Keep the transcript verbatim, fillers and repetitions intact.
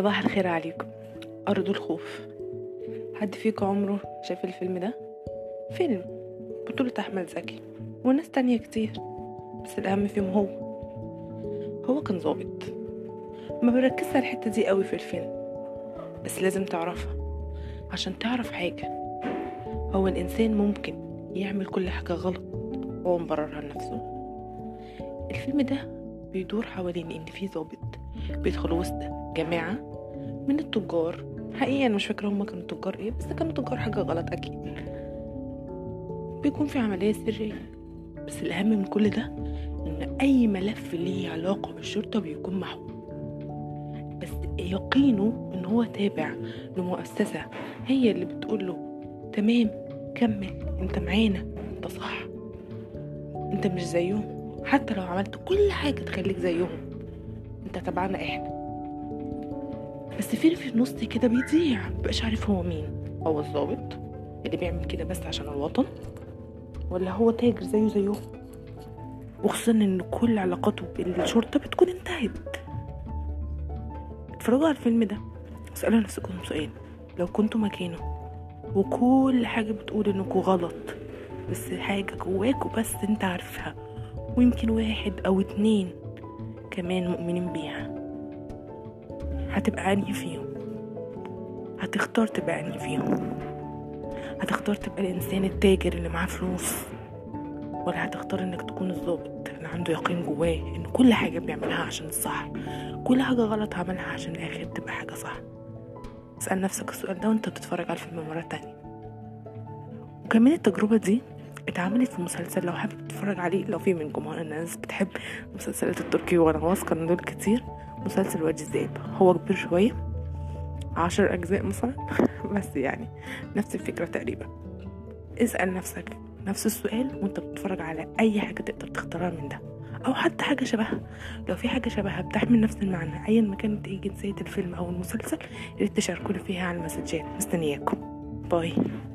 صباح الخير عليكم. أرض الخوف. حد فيكم عمره شاف الفيلم ده؟ فيلم بطولة أحمد زكي وناس تانية كتير، بس الأهم فيهم هو هو كان ظابط. ما بركزش على الحتة دي قوي في الفيلم، بس لازم تعرفها عشان تعرف حاجة. هو الإنسان ممكن يعمل كل حاجة غلط وهو مبررها لنفسه. الفيلم ده بيدور حوالين إن في ظابط بيدخل وسط جماعة من التجار. حقيقة أنا مش فاكرة هما كانوا تجار ايه، بس كانوا تجار حاجة غلط أكيد. بيكون في عملية سرية، بس الأهم من كل ده إن أي ملف ليه علاقة بالشرطة بيكون محمول. بس يقينه إن هو تابع لمؤسسة هي اللي بتقوله تمام كمل، انت معانا، انت صح، انت مش زيهم. حتى لو عملت كل حاجة تخليك زيهم، انت تبعنا احنا. بس في في النص كده بيضيع، مبقاش عارف هو مين. هو الضابط اللي بيعمل كده بس عشان الوطن، ولا هو تاجر زيه زيهم؟ وخصوصا ان كل علاقاته بالشرطة بتكون انتهت. اتفرجوا على الفيلم ده، اسألوا نفسكم سؤال: لو كنتوا مكانه وكل حاجة بتقول انكوا غلط، بس حاجة جواكوا بس انت عارفها، ويمكن واحد او اتنين كمان مؤمنين بيها، هتبقى انهي فيهم؟ هتختار تبقى انهي فيهم؟ هتختار تبقى الانسان التاجر اللي معاه فلوس، ولا هتختار انك تكون الضابط اللي عنده يقين جواه ان كل حاجة بيعملها عشان الصح، كل حاجة غلط عملها عشان الاخر تبقى حاجة صح؟ اسأل نفسك السؤال ده وانت بتتفرج على الفيلم مرة تانية. وكمان التجربة دي اتعملت في مسلسل، لو حابب تتفرج عليه، لو في من جمهور الناس بتحب المسلسلات التركية وانا واثقة ان دول كتير، مسلسل وادي الذئب. هو كبير شوية، عشر اجزاء مثلا بس يعني نفس الفكرة تقريبا. اسأل نفسك نفس السؤال وانت بتتفرج على اي حاجة تقدر تختارها من ده، او حتى حاجة شبهها. لو في حاجة شبهها بتحمل نفس المعنى ايا ما كانت ايه جنسية الفيلم او المسلسل، ياريت تشاركوني فيها على المسجات. مستنياكم. باي.